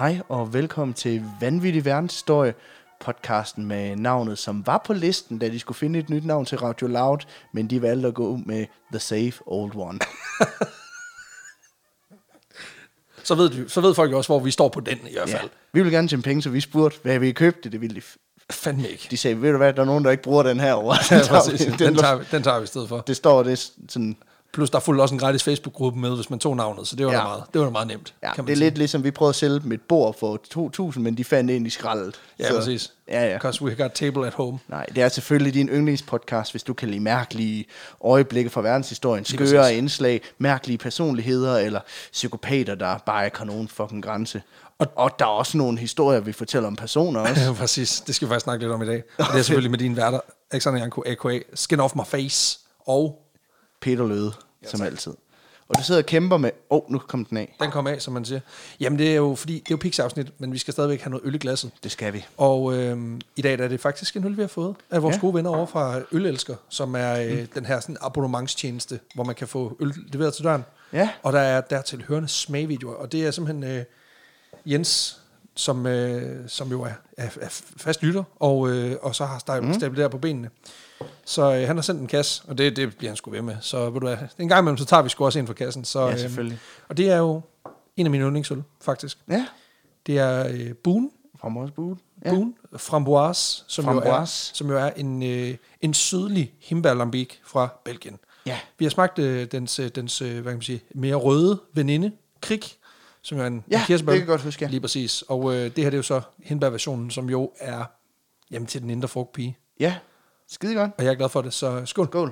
Hej og velkommen til Vanvittig Verdenshistorie, podcasten med navnet, som var på listen, da de skulle finde et nyt navn til Radio Loud, men de valgte at gå med The Safe Old One. Så ved folk jo også, hvor vi står på den i hvert fald. Ja. Vi ville gerne tjene penge, så vi spurgte, hvad vi købte. Det ville de fandme ikke. De sagde, ved du hvad, der er nogen, der ikke bruger den her over. Den tager vi i stedet for. Det står det sådan. Plus der er fuldt også en gratis Facebook-gruppe med, hvis man tog navnet, så det var da meget nemt. Ja, kan man det er sige. lidt ligesom, vi prøvede at sælge dem et bord for 2.000, men de fandt ind i skraldet. Ja, så, præcis. Ja. Because we got table at home. Nej, det er selvfølgelig din yndlingspodcast, hvis du kan lide mærkelige øjeblikke fra verdenshistorien, skøre indslag, mærkelige personligheder, eller psykopater, der bare ikke har nogen fucking grænse. Og der er også nogle historier, vi fortæller om personer også. Ja, præcis. Det skal vi faktisk snakke lidt om i dag. Og det er selvfølgelig med dine værter, Alexander Janko, a.k.a. Skin Off My Face, og Peter Løde, som altid. Og du sidder og kæmper med... nu kom den af. Den kom af, som man siger. Jamen, det er jo fordi, det er jo Pix-afsnit, men vi skal stadigvæk have noget øl i glasset. Det skal vi. Og i dag er det faktisk en øl, vi har fået af vores gode venner over fra Ølelsker, som er den her sådan abonnementstjeneste, hvor man kan få øl leveret til døren. Ja. Og der er dertil hørende smagvideoer, og det er simpelthen Jens, som jo er fast lytter, og så har stablet der på benene. Så han har sendt en kasse, og det bliver han sgu ved med. Så ved du hvad, en gang imellem, så tager vi sgu også ind for kassen. Så, ja, selvfølgelig. Og det er jo en af mine yndlingsøl, faktisk. Ja. Det er Boone. Ja. Boone Framboise, som jo er en sydlig hindbærlambik fra Belgien. Ja. Vi har smagt dens hvad kan man sige, mere røde veninde, Krig, som jo er en kirsebær. Det kan godt huske. Lige præcis. Og det her det er jo så hindbærversionen, som jo er til den indre frugtpige. Ja. Skide godt. Og jeg er glad for det, så skål. Skål.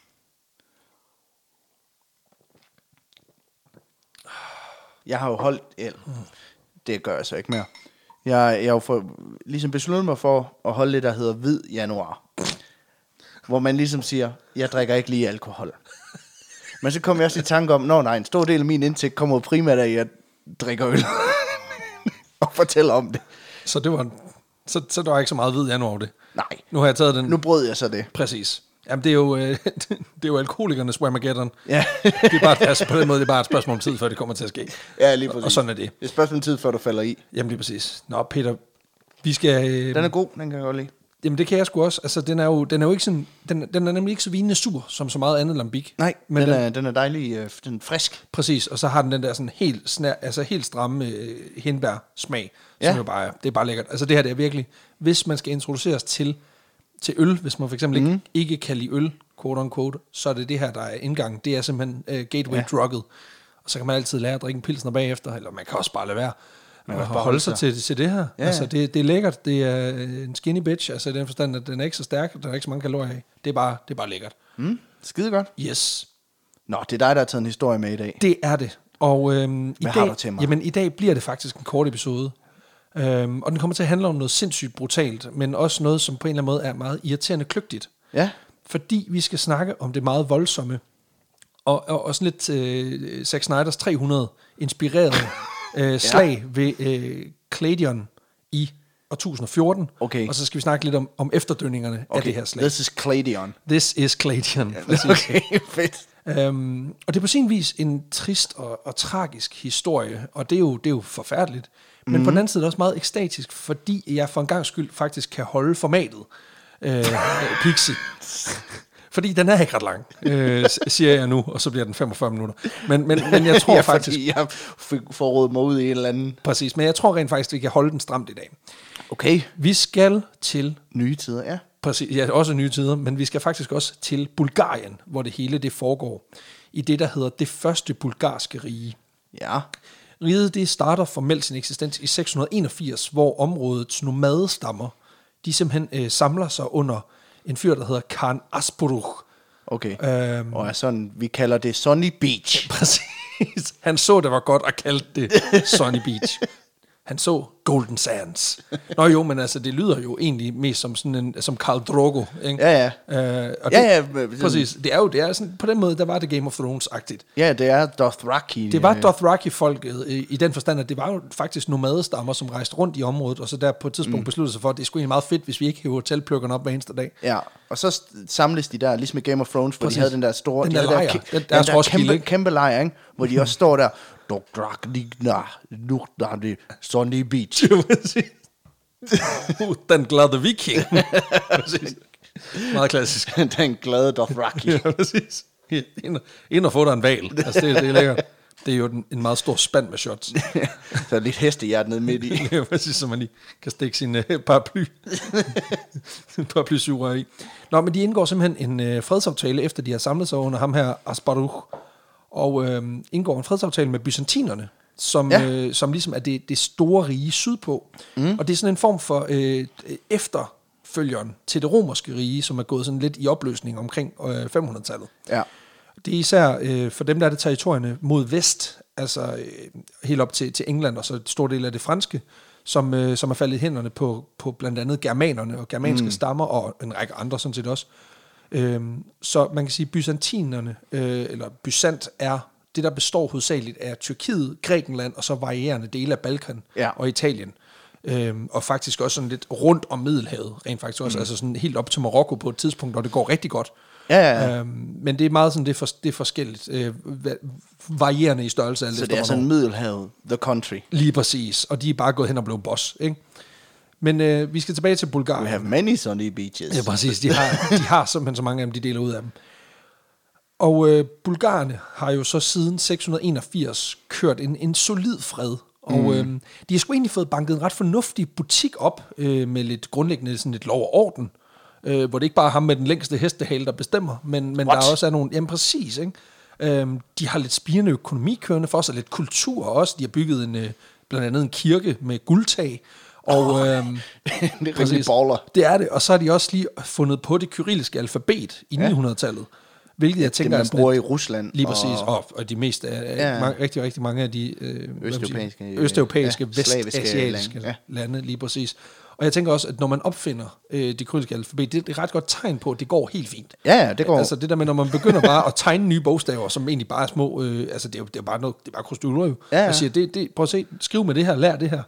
Jeg har jo holdt el. Det gør jeg så ikke mere. Jeg har jo ligesom besluttet mig for at holde det, der hedder hvid januar. Hvor man ligesom siger, jeg drikker ikke lige alkohol. Men så kom jeg også i tanke om, en stor del af min indtægt kommer primært af, at jeg drikker øl. Og fortæller om det. Så det var så der var ikke så meget hvid januar over det. Nej. Nu har jeg taget den. Nu brød jeg så det. Præcis. Jamen det er jo alkoholikernes Whamageddon. Ja. Det er bare på den måde, det er bare et spørgsmål om tid, før det kommer til at ske. Ja, lige præcis. Og sådan er det. Det er et spørgsmål om tid, før du falder i. Jamen lige præcis. Nå Peter, vi skal... Den er god, den kan jeg godt lide. Jamen det kan jeg sgu også. Altså den er jo ikke sådan, den er nemlig ikke så vinende sur som så meget andet lambic. Nej, men den er dejlig, den er frisk. Præcis, og så har den der sådan helt stramme hindbær smag, som jo bare det er bare lækkert. Altså det her det er virkelig, hvis man skal introduceres til øl, hvis man for eksempel ikke kan lide øl, quote on quote, så er det her der er indgangen. Det er simpelthen gateway drugget. Og så kan man altid lære at drikke en pilsner bagefter, eller man kan også bare lade være. Man kan holde sig til det her. Ja. Altså, det er lækkert. Det er en skinny bitch. Altså, i den forstand, at den er ikke så stærk. Der er ikke så mange kalorier i. Det er bare lækkert. Skide godt. Yes. Nå, det er dig, der har taget en historie med i dag. Det er det. Og hvad har du til mig? Jamen, i dag bliver det faktisk en kort episode. Og den kommer til at handle om noget sindssygt brutalt, men også noget, som på en eller anden måde er meget irriterende kløgtigt. Ja. Fordi vi skal snakke om det meget voldsomme, og sådan lidt Zack Snyders 300 inspireret slag ved Cladion i år 1014. Okay. Og så skal vi snakke lidt om efterdønningerne af det her slag. This is Cladion. This is Cladion. Okay, fedt. Og det er på sin vis en trist og tragisk historie, og det er jo forfærdeligt. Men på den anden side er det også meget ekstatisk, fordi jeg for en gang skyld faktisk kan holde formatet Pixie. Fordi den er ikke ret lang, siger jeg nu, og så bliver den 45 minutter. Men jeg tror faktisk... Fordi jeg får rådet mig ud i en eller anden... Præcis, men jeg tror rent faktisk, at vi kan holde den stramt i dag. Okay. Vi skal til... Nye tider, ja. Præcis, ja, også nye tider, men vi skal faktisk også til Bulgarien, hvor det hele det foregår. I det, der hedder det første bulgarske rige. Ja. Riget det starter formelt sin eksistens i 681, hvor områdets nomadestammer, de simpelthen samler sig under en fyr, der hedder Khan Asburuch. Okay, og er sådan, vi kalder det Sunny Beach. Præcis. Han så, det var godt at kalde det Sunny Beach. Han så Golden Sands. Nå jo, men altså, det lyder jo egentlig mest som sådan en, som Khal Drogo, ikke? Ja. Præcis. Det er sådan, på den måde, der var det Game of Thrones-agtigt. Ja, det er Dothraki. Det var Dothraki-folket i den forstand, at det var jo faktisk nomadestammer, som rejste rundt i området, og så der på et tidspunkt besluttede sig for, at det skulle egentlig meget fedt, hvis vi ikke hæver teltplukkerne op hver eneste dag. Ja, og så samles de der, ligesom i Game of Thrones, hvor de havde den der store... Den der lejr. kæmpe lejr, ikke? Hvor de også står der. Sunny Beach. Den glade viking. Meget klassisk. Den glade Dothraki. Ja, præcis. Ind og få dig en val. Altså, det er lækkert. Det er jo en meget stor spand med shots. Så er lidt hestehjert nede midt i. Ja, præcis, så man lige kan stikke sin paraply-sugerør i. Nå, men de indgår simpelthen en fredsaftale, efter de har samlet sig under ham her, Asparuh, og indgår en fredsaftale med byzantinerne, som ligesom er det store rige sydpå. Og det er sådan en form for efterfølgeren til det romerske rige, som er gået sådan lidt i opløsning omkring 500-tallet. Ja. Det er især for dem, der er det territorierne mod vest, altså helt op til England, og så et stort del af det franske, som er faldet i hænderne på blandt andet germanerne og germanske stammer, og en række andre sådan set også. Så man kan sige, byzantinerne, eller Byzant, er det, der består hovedsageligt af Tyrkiet, Grækenland, og så varierende dele af Balkan og Italien. Og faktisk også sådan lidt rundt om Middelhavet, rent faktisk også, altså sådan helt op til Marokko på et tidspunkt, hvor det går rigtig godt. Ja. Men det er meget sådan, det er forskelligt, varierende i størrelse. Så det er sådan Middelhavet, the country. Lige præcis, og de er bare gået hen og blevet boss, ikke? Men vi skal tilbage til Bulgarien. We have many sunny beaches. Ja, præcis, de har simpelthen så mange af dem, de deler ud af dem. Og bulgarerne har jo så siden 681 kørt en solid fred, og de har sgu egentlig fået banket en ret fornuftig butik op med lidt grundlæggende sådan lidt lov og orden, hvor det ikke bare er ham med den længste hestehale, der bestemmer, men der også er nogle... Jamen præcis, ikke? De har lidt spirende økonomi kørende for sig, lidt kultur også. De har bygget blandt andet en kirke med guldtag. Og, det er rigtig baller. Det er det, og så har de også lige fundet på det kyrilliske alfabet i 900-tallet. Hvilket jeg tænker, det man bruger i Rusland. Lige præcis, og de mest rigtig, rigtig mange af de østeuropæiske, vestasiatiske lande, lige præcis. Og jeg tænker også, at når man opfinder det kyrilliske alfabet, det er et ret godt tegn på, at det går helt fint. Ja, det går. Altså det der med, når man begynder bare at tegne nye bogstaver, som egentlig bare er små, altså det er bare noget, det er bare krystuller jo. Ja. Og siger, prøv at se, skriv med det her, lær det her.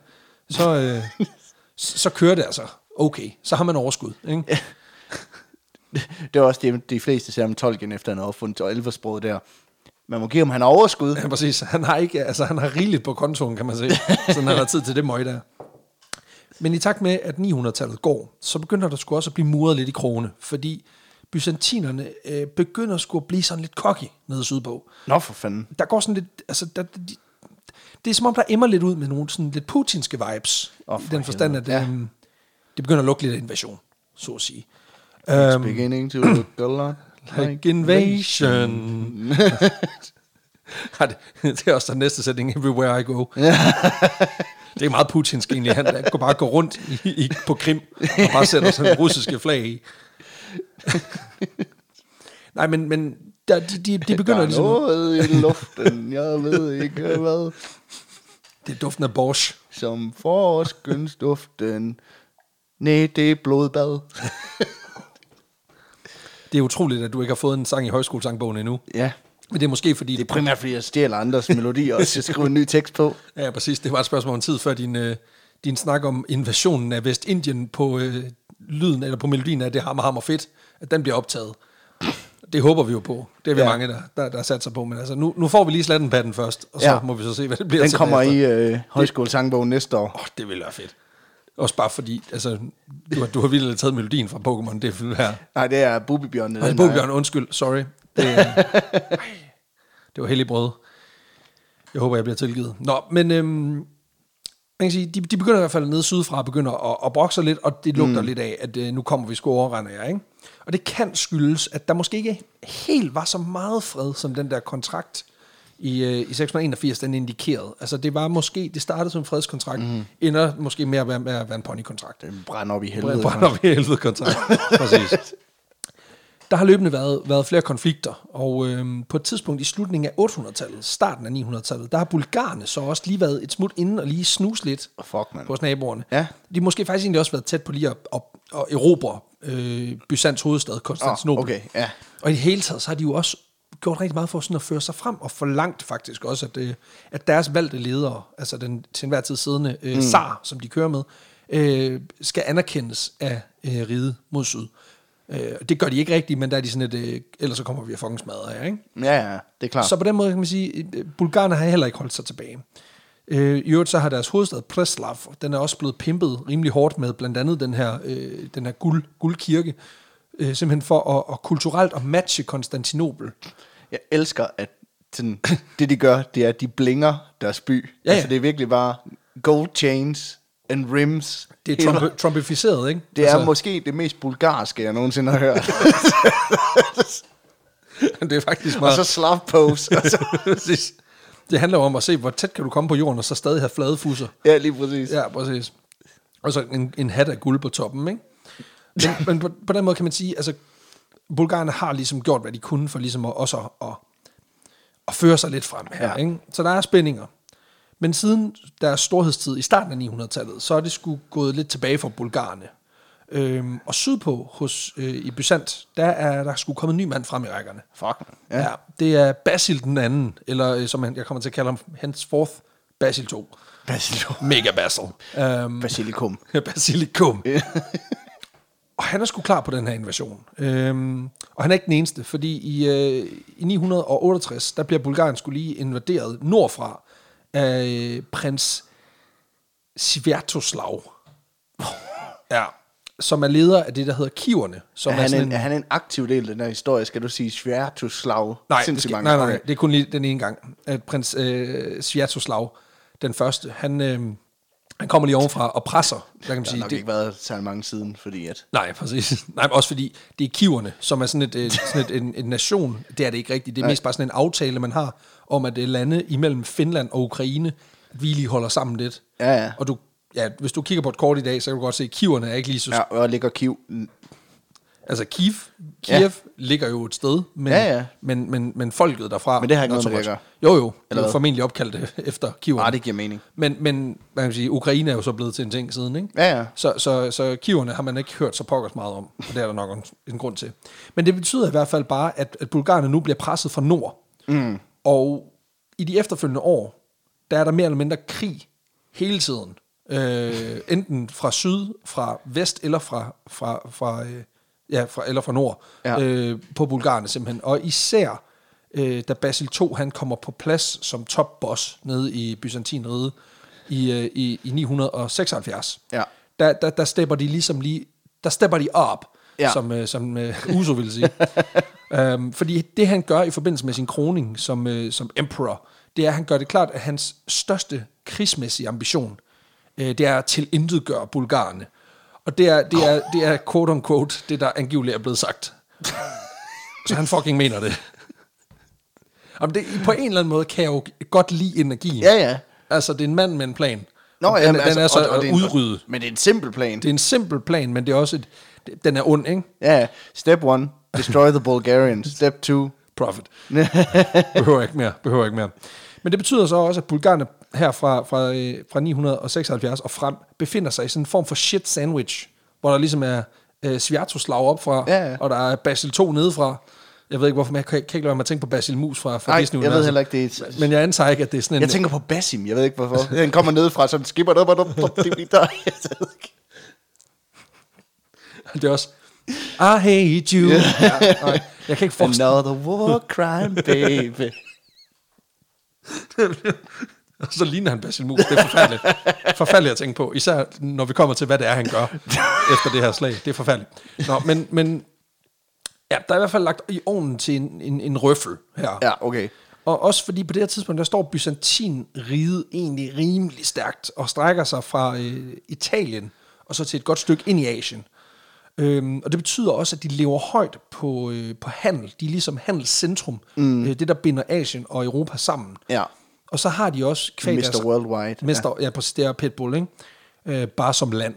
Så kører det altså okay. Så har man overskud, ikke? Ja. Det er også det, de fleste ser om Tolkien, efter han har opfundet elversproget der. Man må give ham, han har overskud. Ja, præcis. Han har rigeligt på kontoen, kan man sige. Så han har tid til det møg der. Men i takt med, at 900-tallet går, så begynder der sgu også at blive muret lidt i krogene, fordi byzantinerne begynder sgu at blive sådan lidt cocky nede sydpå. Nå for fanden. Der går sådan lidt, altså det er som om, der emmer lidt ud med nogle sådan lidt putinske vibes, i den forstand, at det begynder at lugte lidt af invasion, så at sige. It's beginning to look a lot like invasion. Det er også den næste sætning, everywhere I go. Det er meget putinsk egentlig. Han kan bare gå rundt på Krim og bare sætter sådan russiske flag i. Nej, men de begynder ligesom... Der er noget i luften, jeg ved ikke hvad. Det er duften af Bosch. Som forskønsduften. Nej, det er blodbad. Det er utroligt, at du ikke har fået en sang i højskolesangbogen endnu. Ja. Men det er måske fordi... Det er primært fordi, jeg stjæler andres melodier, og så skriver en ny tekst på. Ja, præcis. Det var et spørgsmål om tid før din snak om invasionen af Vestindien på lyden, eller på melodien af det hammer fedt, at den bliver optaget. Det håber vi jo på. Det er vi mange, der satser på. Men altså, nu får vi lige Slattenpatten først, og så må vi så se, hvad det bliver. Den kommer i højskolesangbogen næste år. Det vil være fedt. Også bare fordi, altså, du har virkelig taget melodien fra Pokémon. Det vil være... Nej, det er Bubibjørn. Nej, Bubibjørn, undskyld, sorry. Det var hellig brød. Jeg håber, jeg bliver tilgivet. Nå, men man kan sige, de begynder i hvert fald nede sydfra, begynder at brokke sig lidt, og det lugter lidt af, at nu kommer vi sgu overrende jer, ikke? Og det kan skyldes, at der måske ikke helt var så meget fred, som den der kontrakt i 681, den indikerede. Altså det startede som en fredskontrakt, ender måske mere at være en ponykontrakt. Brænder op i helvede. Brænder op i helvede kontrakt, præcis. Der har løbende været flere konflikter, og på et tidspunkt i slutningen af 800-tallet, starten af 900-tallet, der har bulgarerne så også lige været et smut inden og lige snuse lidt på naboerne. Ja. De har måske faktisk egentlig også været tæt på lige at erobre Byzants hovedstad, Konstantinopel. Okay, ja. Og i det hele taget, så har de jo også gjort rigtig meget for sådan at føre sig frem, og forlangt faktisk også, at deres valgte ledere, altså den til enhver tid siddende zar, som de kører med, skal anerkendes af riget mod syd. Det gør de ikke rigtigt, men der er de sådan et, ellers så kommer vi af fucking smadret her, ikke? Ja, det er klart. Så på den måde kan man sige, bulgarerne har heller ikke holdt sig tilbage. I øvrigt så har deres hovedstad Preslav, den er også blevet pimpet rimelig hårdt med blandt andet den her guldkirke, simpelthen for at kulturelt at matche Konstantinopel. Jeg elsker, at sådan, det de gør, det er, at de blinger deres by. Ja. Altså det er virkelig bare gold chains and rims. Det er trumpificeret, ikke? Det er måske det mest bulgarske, jeg nogensinde har hørt. Det er faktisk meget... Og så slav pose. Det handler om at se, hvor tæt kan du komme på jorden, og så stadig have flade fusser. Ja, lige præcis. Ja, præcis. Og så en hat af guld på toppen, ikke? Men på den måde kan man sige, altså, bulgarerne har ligesom gjort, hvad de kunne, for ligesom også at føre sig lidt frem her, ikke? Så der er spændinger. Men siden deres storhedstid i starten af 900-tallet, så er det sgu gået lidt tilbage for bulgarerne. Og sydpå i Byzant, der er der sgu kommet en ny mand frem i rækkerne. Fuck. Ja, det er Basil den anden, eller som jeg kommer til at kalde ham henceforth, Basil 2. Basil 2. Mega Basil. Basilikum. Basilikum. Og han er sgu klar på den her invasion. Og han er ikke den eneste, fordi i 968, der bliver Bulgarien sgu lige invaderet nordfra af prins Sviatoslav. Ja, som er leder af det, der hedder Kiverne. Som er han en aktiv del af den her historie? Skal du sige Sviatoslav? Nej, nej, det er kun lige den ene gang. At prins Sviatoslav, den første, han kommer lige ovenfra og presser. Der kan man sige, har nok ikke været så mange siden, fordi at... Nej, præcis. Nej, også fordi det er Kiverne, som er sådan en nation. Det er det ikke rigtigt. Det er mest bare sådan en aftale, man har om, at det er lande imellem Finland og Ukraine, at vi lige holder sammen lidt. Ja. Og hvis du kigger på et kort i dag, så kan du godt se, at Kiverne er ikke lige så... Ja, og ligger Kiev... Altså Kiev ligger jo et sted, men folket derfra... Men det har ikke noget med det at gøre. Jo, det er formentlig opkaldt efter Kiverne. Nej, det giver mening. Men man kan sige, Ukraine er jo så blevet til en ting siden, ikke? Ja. Så Kiverne har man ikke hørt så pokkers meget om, og det er der nok en grund til. Men det betyder i hvert fald bare, at bulgarerne nu bliver presset fra nord. Mm. Og i de efterfølgende år, der er der mere eller mindre krig hele tiden. Enten fra syd, fra vest eller fra nord, på bulgarerne simpelthen. Og især da Basil 2 han kommer på plads som topboss nede i Byzantinriget i 976. Ja. Der stepper de ligesom op, som Uso ville sige. Fordi det han gør i forbindelse med sin kroning som emperor, det er at han gør det klart, at hans største krigsmæssige ambition, det er at tilintetgøre bulgarerne. Og det er quote on quote det der angiveligt er blevet sagt. Så han fucking mener det. Jamen det. På en eller anden måde kan jeg jo godt lide energien. Ja. Altså det er en mand med en plan. Nå, den er så udryddet. Men det er en simpel plan. Det er en simpel plan, men det er også den er ond, ikke? Ja. Step 1, destroy the Bulgarians. Step 2, profit. Behøver ikke mere. Men det betyder så også, at bulgarerne her fra 976 og frem befinder sig i sådan en form for shit sandwich, hvor der ligesom er Sviatoslav op fra, og der er Basil 2 nedefra. Jeg ved ikke, hvorfor, men jeg kan ikke lade være med at tænke på Basil Mus fra Disney. Jeg ved heller ikke, det er... Men jeg antager ikke, at det er sådan en... Jeg tænker på Basim, jeg ved ikke, hvorfor. Den kommer nedefra, så den skipper det op. Det er også... I hate you. Jeg kan ikke forestille... Another war crime, baby. Så ligner han Basil Mus. Det er forfærdeligt. Forfærdeligt at tænke på. Især når vi kommer til, hvad det er, han gør efter det her slag. Det er forfærdeligt. Nå, men ja, der er i hvert fald lagt i ovnen til en røffel her. Ja, okay. Og også fordi på det her tidspunkt, der står Byzantinriget egentlig rimelig stærkt, og strækker sig fra Italien, og så til et godt stykke ind i Asien. Og det betyder også, at de lever højt på handel. De er ligesom handelscentrum. Det, der binder Asien og Europa sammen. Ja. Og så har de også... Mr. Worldwide. Ja, præcis, det er Pitbull, ikke? Bare som land.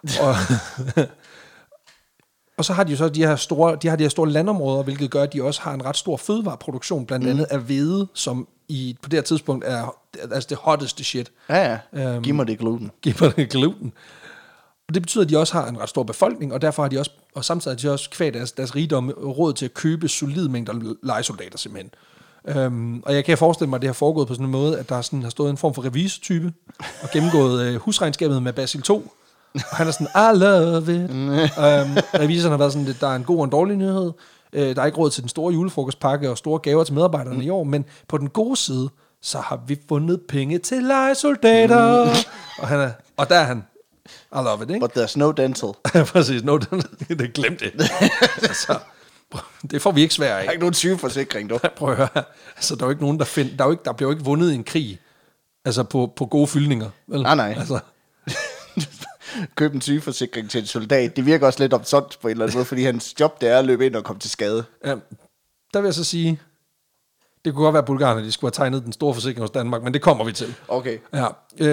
Og så har de jo så de her store landområder, hvilket gør, at de også har en ret stor fødevareproduktion, blandt andet af hvede, som på det her tidspunkt er altså det hotteste shit. Ja. Giv mig det gluten. Og det betyder, at de også har en ret stor befolkning, og derfor har de også, og samtidig har de også kvæg deres rigdom råd til at købe solide mængder lejesoldater simpelthen. Og jeg kan forestille mig, at det har foregået på sådan en måde, at der sådan har stået en form for revisortype og gennemgået husregnskabet med Basil 2, Og han er sådan, I love it. Revisoren har været sådan, at der er en god og en dårlig nyhed. Der er ikke råd til den store julefrokostpakke og store gaver til medarbejderne i år, men på den gode side, så har vi fundet penge til lejesoldater. Og der er han. I love it, ikke? But there's no dental. Præcis, no dental. Det glemte det. Altså, det får vi ikke svært af. Der er ikke nogen sygeforsikring, dog. Prøv at høre. Altså, der er jo ikke nogen, der finder... Der bliver jo ikke vundet i en krig. Altså, på gode fyldninger. Vel? Nej. Altså. Køb en sygeforsikring til en soldat. Det virker også lidt omsondt på en eller anden måde, fordi hans job, det er at løbe ind og komme til skade. Ja, der vil jeg så sige... Det kunne godt være, at bulgarerne de skulle have tegnet den store forsikring hos Danmark, men det kommer vi til. Okay. Ja.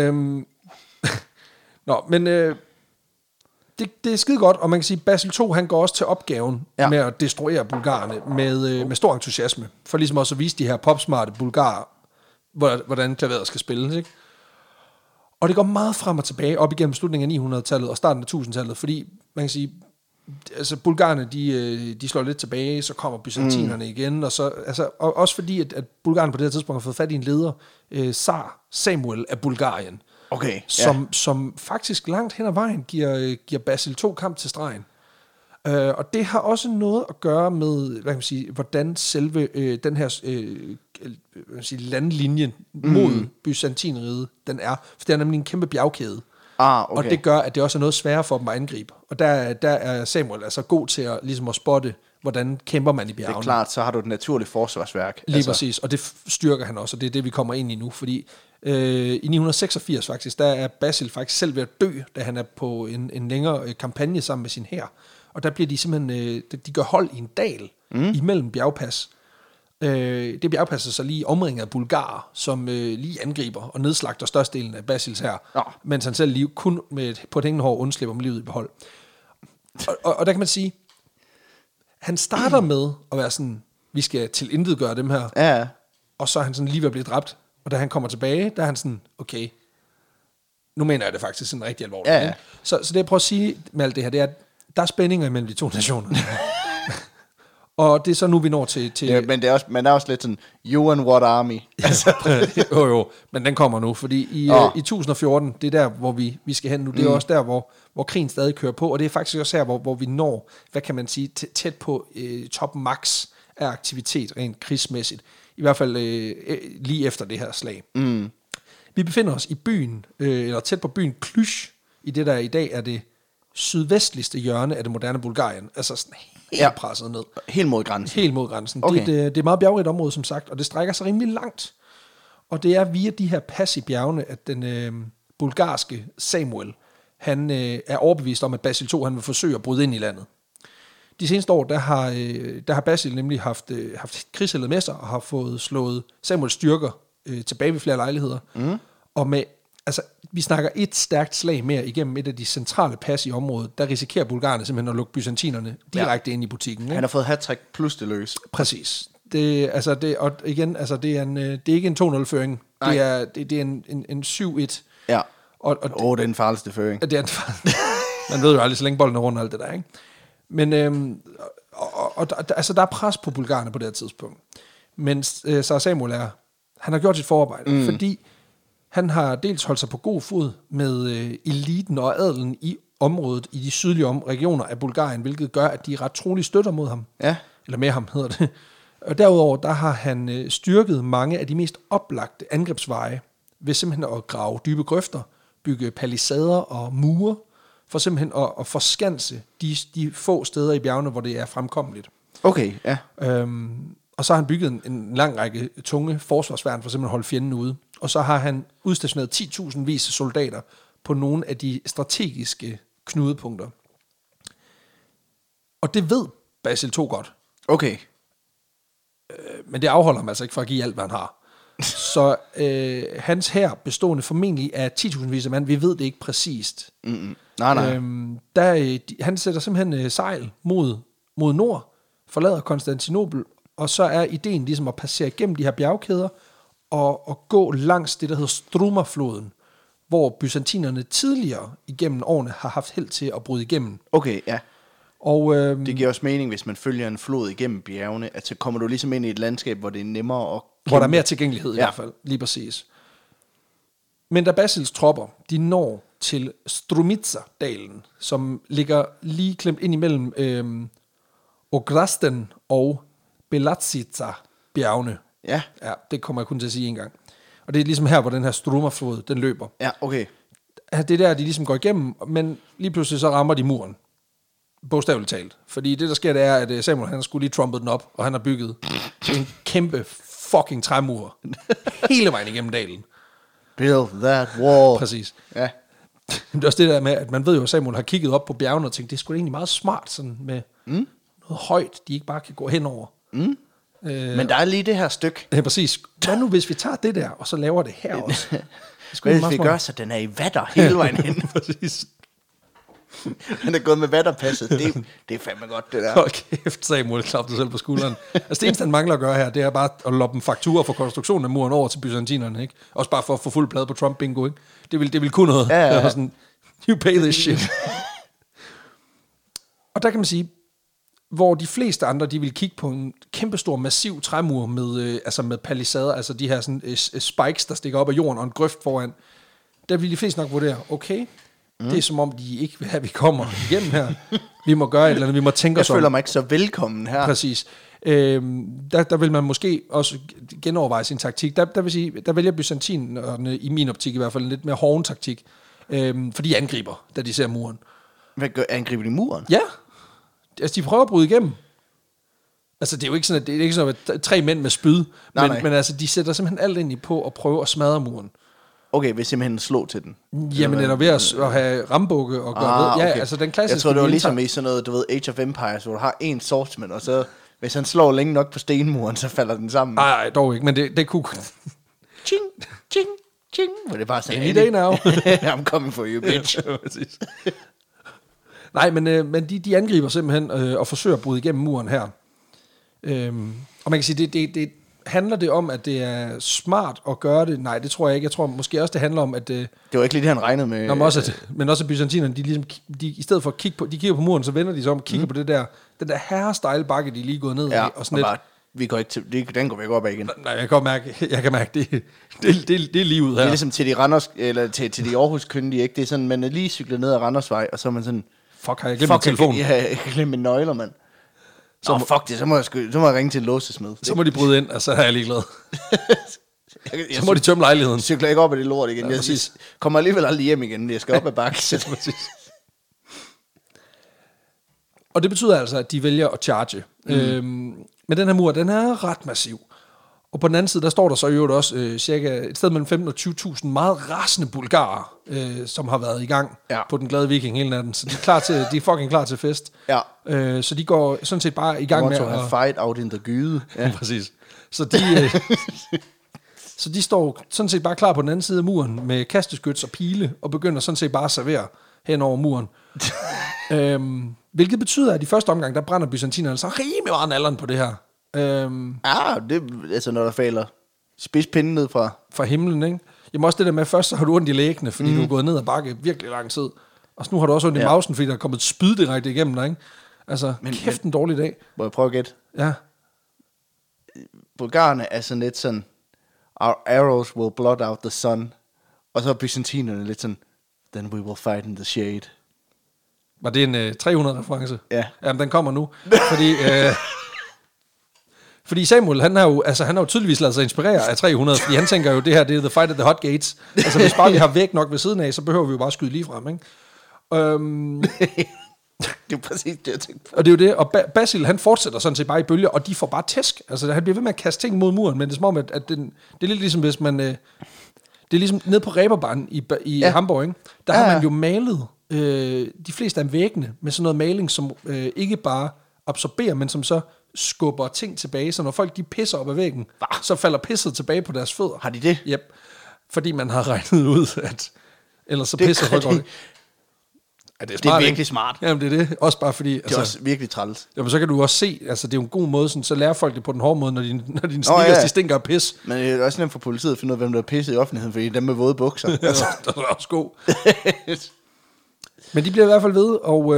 Nå, men det er skide godt, og man kan sige, at Basil 2, han går også til opgaven med at destruere bulgarerne med stor entusiasme, for ligesom også at vise de her popsmarte bulgarer, hvordan klaveret skal spilles, ikke? Og det går meget frem og tilbage, op igennem slutningen af 900-tallet og starten af 1000-tallet, fordi man kan sige, altså bulgarerne, de slår lidt tilbage, så kommer byzantinerne igen, og så, altså, og også fordi, at bulgarerne på det her tidspunkt har fået fat i en leder, Tsar Samuel af Bulgarien, Okay, som faktisk langt hen ad vejen giver Basil 2 kamp til stregen. Og det har også noget at gøre med, hvad kan man sige, hvordan selve den her landlinje mod Byzantineriget, den er. For det er nemlig en kæmpe bjergkæde. Okay. Og det gør, at det også er noget sværere for dem at angribe. Og der er Samuel altså god til at, ligesom at spotte, hvordan kæmper man i bjergene. Det er klart, så har du et naturligt forsvarsværk. Lige præcis, og det styrker han også, og det er det, vi kommer ind i nu. Fordi i 986 faktisk, der er Basil faktisk selv ved at dø, da han er på en længere kampagne sammen med sin hær. Og der bliver de simpelthen, de gør hold i en dal imellem bjergpas. Det bjergpas er så lige omringet af bulgarer, som lige angriber og nedslagter størstedelen af Basils hær, mens han selv kun på et hængende hår undslipper med livet i behold. Og der kan man sige, han starter med at være sådan, vi skal tilintetgøre dem her, og så er han sådan lige ved at blive dræbt. Og da han kommer tilbage, der er han sådan, okay, nu mener jeg det faktisk sådan rigtig alvorligt. Ja. Så det jeg prøver at sige med alt det her, det er, at der er spændinger imellem de to nationer. Og det er så nu, vi når til... Ja, men det er også, man er også lidt sådan, you and what army? jo, men den kommer nu, fordi i 1014, det er der, hvor vi skal hen nu, det er også der, hvor krigen stadig kører på, og det er faktisk også her, hvor vi når, hvad kan man sige, tæt på top max af aktivitet, rent krigsmæssigt. I hvert fald lige efter det her slag. Vi befinder os i byen, eller tæt på byen Cluj, i det der i dag er det sydvestligste hjørne af det moderne Bulgarien, altså sådan helt presset ned. Helt mod grænsen. Helt mod grænsen. Okay. Det er et meget bjergrigt område, som sagt, og det strækker sig rimelig langt. Og det er via de her pas i bjergene, at den bulgarske Samuel, han er overbevist om, at Basil 2, han vil forsøge at bryde ind i landet. De seneste år, der har Basil nemlig haft krigsheldet med sig, og har fået slået Samuels styrker tilbage ved flere lejligheder. Og med, altså, vi snakker et stærkt slag mere igennem et af de centrale pas i området, der risikerer bulgarerne simpelthen at lukke byzantinerne direkte ind i butikken. Ikke? Han har fået hat-trick plus det løs. Præcis. Og igen, altså, det er ikke en 2-0-føring. Det er en 7-1. Ja. Og det er den farligste føring. Det er man ved jo aldrig, så længe bolden er rundt og alt det der, ikke? Men altså, der er pres på bulgarerne på det her tidspunkt. Men Tsar Samuel han har gjort sit forarbejde, fordi han har dels holdt sig på god fod med eliten og adelen i området, i de sydlige regioner af Bulgarien, hvilket gør, at de ret troligt støtter mod ham. Ja. Eller med ham, hedder det. Og derudover, der har han styrket mange af de mest oplagte angrebsveje ved simpelthen at grave dybe grøfter, bygge palisader og mure, for simpelthen at forskanse de få steder i bjergene, hvor det er fremkommeligt. Okay, ja. Og så har han bygget en lang række tunge forsvarsværn for simpelthen at holde fjenden ude. Og så har han udstationeret 10.000 vis soldater på nogle af de strategiske knudepunkter. Og det ved Basil 2 godt. Okay. Men det afholder ham altså ikke fra at give alt, hvad han har. Så hans hær bestående formentlig af 10.000 vis af mand, vi ved det ikke præcist. Nej. Han sætter simpelthen sejl mod nord, forlader Konstantinopel, og så er ideen ligesom at passere igennem de her bjergkæder, og gå langs det, der hedder Struma-floden, hvor byzantinerne tidligere igennem årene har haft held til at bryde igennem. Okay, ja. Og, det giver også mening, hvis man følger en flod igennem bjergene, at så kommer du ligesom ind i et landskab, hvor det er nemmere at kæmpe. Hvor der er mere tilgængelighed i hvert fald, lige præcis. Men da Basils tropper, de når til Strumitsa-dalen, som ligger lige klemt ind imellem Ograsten og Belatsica-bjergene. Ja. Ja, det kommer jeg kun til at sige en gang. Og det er ligesom her, hvor den her Struma-flod, den løber. Ja, okay. Det er der, de ligesom går igennem, men lige pludselig så rammer de muren. Bogstaveligt talt. Fordi det, der sker, det er, at Samuel, han skulle lige trumpet den op, og han har bygget en kæmpe fucking træmur hele vejen igennem dalen. Build that wall. Præcis. Ja. Det er også det der med, at man ved jo, at Samuel har kigget op på bjergene og tænkt, det er sgu da egentlig meget smart, sådan med noget højt, de ikke bare kan gå henover. Men der er lige det her stykke. Ja, præcis. Hvad nu, hvis vi tager det der, og så laver det her også? Hvis vi gør, så den er i vatter hele vejen hen. Præcis. Den er gået med vatterpasset. Det er fandme godt, det der. Hold kæft, Samuel, klap dig selv på skulderen. Altså det eneste, han mangler at gøre her, det er bare at loppe en faktura for konstruktionen af muren over til byzantinerne, ikke? Også bare for at få fuld plade på Trump bingo, ikke? Det vil kunne noget. Ja. Sådan, you pay this shit. Og der kan man sige, hvor de fleste andre, de vil kigge på en kæmpestor, massiv træmur med palisader, altså de her sådan, spikes, der stikker op af jorden og en grøft foran. Der vil de fleste nok vurdere, okay, det er som om, de ikke vil have, at vi kommer igennem her. Vi må gøre et eller andet, vi må tænke os om. Jeg føler mig ikke så velkommen her. Præcis. Der vil man måske også genoverveje sin taktik. Der vil sige, der vælger byzantinerne, i min optik i hvert fald, en lidt mere hården taktik. For de angriber, da de ser muren. Hvad gør, angriber de muren? Ja. Altså, de prøver at bryde igennem. Altså, det er jo ikke sådan, at det er ikke sådan, at 3 mænd med spyd. Men altså, de sætter simpelthen alt ind i på at prøve at smadre muren. Okay, vil simpelthen slå til den? Jamen, eller ved at have rambukke og gøre ved. Ja, okay. altså den klassiske... Jeg tror, det var ligesom i sådan noget, du ved, Age of Empires, hvor du har en swordsman, og så, hvis han slår længe nok på stenmuren, så falder den sammen. Nej, dog ikke, men det kunne... Ching, ching, ching. Men det er bare sådan... Any day now. I'm coming for you, bitch. Nej, men de angriber simpelthen og forsøger at bryde igennem muren her. Og man kan sige, det handler det om, at det er smart at gøre det? Nej, det tror jeg ikke. Jeg tror måske også, det handler om, at... Det var ikke lige det, han regnede med. Men også at byzantinerne, de i stedet for at kigge på muren, så vender de sig om og kigger på den der herrestejle bakke, de er lige gået ned ja, i. Og sådan bare, vi går ikke til, den går vi ikke op ad igen. Nej, jeg kan mærke, det er lige ud her. Det er ligesom til de Randers, eller til de Aarhus-kyndige, ikke? Det er sådan, man er lige cyklet ned ad Randersvej, og så er man sådan... Fuck, har jeg glemt min telefon? Jeg har glemt mine nøgler, mand. Fuck det, så må jeg ringe til en låsesmed. Så må de bryde ind, og så er jeg ligeglad. Så må de tømme lejligheden. Cykler ikke op ad det lort igen. Ja, jeg kommer alligevel aldrig hjem igen. Jeg skal op ad bakken. Og det betyder altså, at de vælger at charge. Men den her mur, den er ret massiv. Og på den anden side, der står der så i øvrigt også cirka et sted mellem 15 og 20.000 meget rasende bulgarer, som har været i gang på den glade viking hele natten. Så de er fucking klar til fest. Ja. Så de går sådan set bare i gang med at... fight out in the gyde. Ja, præcis. Så de står sådan set bare klar på den anden side af muren med kasteskyts og pile, og begynder sådan set bare at servere hen over muren. Hvilket betyder, at i første omgang, der brænder byzantinerne så rimelig meget nalderen på det her. Det er altså, når der falder spidspinden ned fra himlen, ikke? Jamen også det der med, først så har du ondt i læggene, fordi du er gået ned ad bakke virkelig lang tid. Og så nu har du også ondt i mausen, fordi der er kommet spyd direkte igennem dig, ikke? Altså, kæft en dårlig dag. Må jeg prøve at gætte? Ja. Bulgarerne er sådan lidt sådan, our arrows will blot out the sun. Og så er byzantinerne lidt sådan, then we will fight in the shade. Var det en 300-reference? Ja. Jamen, den kommer nu. Fordi Samuel, han har jo tydeligvis ladet sig inspirere af 300, fordi han tænker jo, det her, det er the fight at the hot gates. Altså, hvis bare vi har væk nok ved siden af, så behøver vi jo bare skyde lige frem, ikke? Det er præcis det, jeg tænkte på. Og det er jo det, og Basil, han fortsætter sådan set bare i bølger, og de får bare tæsk. Altså, han bliver ved med at kaste ting mod muren, men det er som om, at det er lidt ligesom, hvis man... det er ligesom nede på Reeperbahn i Hamburg, ikke? Der har man jo malet de fleste af væggene med sådan noget maling, som ikke bare absorberer, men som så skubber ting tilbage, så når folk de pisser op ad væggen, så falder pisset tilbage på deres fødder. Har de det? Yep. Fordi man har regnet ud, at ellers så pisser folk over det. Ja, det er virkelig smart. Jamen det er det. Også bare fordi... Det er også virkelig træls. Jamen så kan du også se, altså det er jo en god måde, sådan, så lærer folk det på den hårde måde, når dine sneakers, de stinker af pis. Men det er også nemt for politiet at finde ud af, hvem der er pisset i offentligheden, fordi dem med våde bukser. Altså. Det er også god. Men de bliver i hvert fald ved, og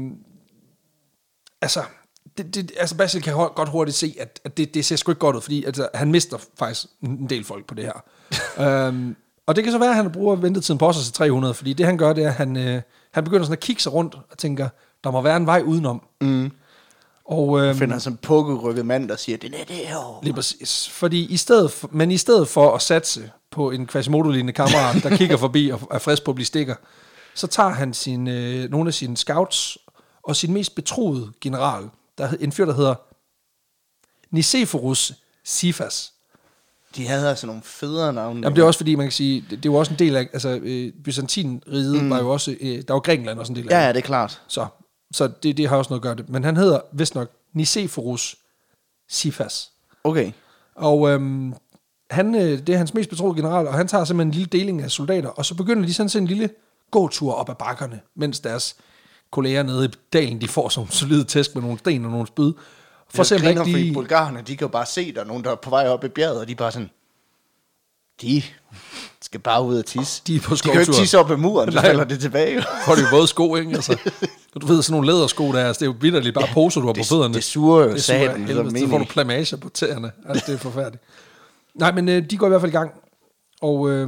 altså Basil kan godt hurtigt se, at det ser sgu ikke godt ud, fordi altså, han mister faktisk en del folk på det her. Og det kan så være, at han bruger ventetiden på sig til 300, fordi det han gør, det er, at han begynder sådan at kigge sig rundt og tænker, der må være en vej udenom. Og finder sådan en pukkelrykket mand, der siger, det er det her. Lige præcis. Fordi i stedet for at satse på en Quasimodo-lignende kammerat, der kigger forbi og er frisk på at blive stikker, så tager han nogle af sine scouts og sin mest betroede general, en fyr, der hedder Nicephorus Siphas. De havde altså nogle federe navne. Jamen, det er også fordi, man kan sige, det var også en del af, altså Byzantinriget var jo også, der var Grækenland også en del af. Ja, det er klart. Så det har også noget at gøre det. Men han hedder vist nok Nicephorus Siphas. Okay. Og det er hans mest betroede general, og han tager simpelthen en lille deling af soldater, og så begynder de sådan en lille gåtur op ad bakkerne, mens deres kolleger nede i dalen, de får sådan en solid tæsk med nogle sten og nogle spyd. For eksempel fordi bulgarerne, de kan jo bare se, der er nogen, der er på vej op i bjerget, og de er bare sådan, de skal bare ud og tisse. De er på skovtur. De kan jo ikke tisse op ad muren, så falder det tilbage. For det er jo både sko, ikke? Altså, du ved, sådan nogle lædersko der, altså, det er jo vitterligt bare poser, du har på fødderne. Det suger jo satan. Så får du plamager på tæerne. Altså, det er forfærdeligt. Nej, men de går i hvert fald i gang. Og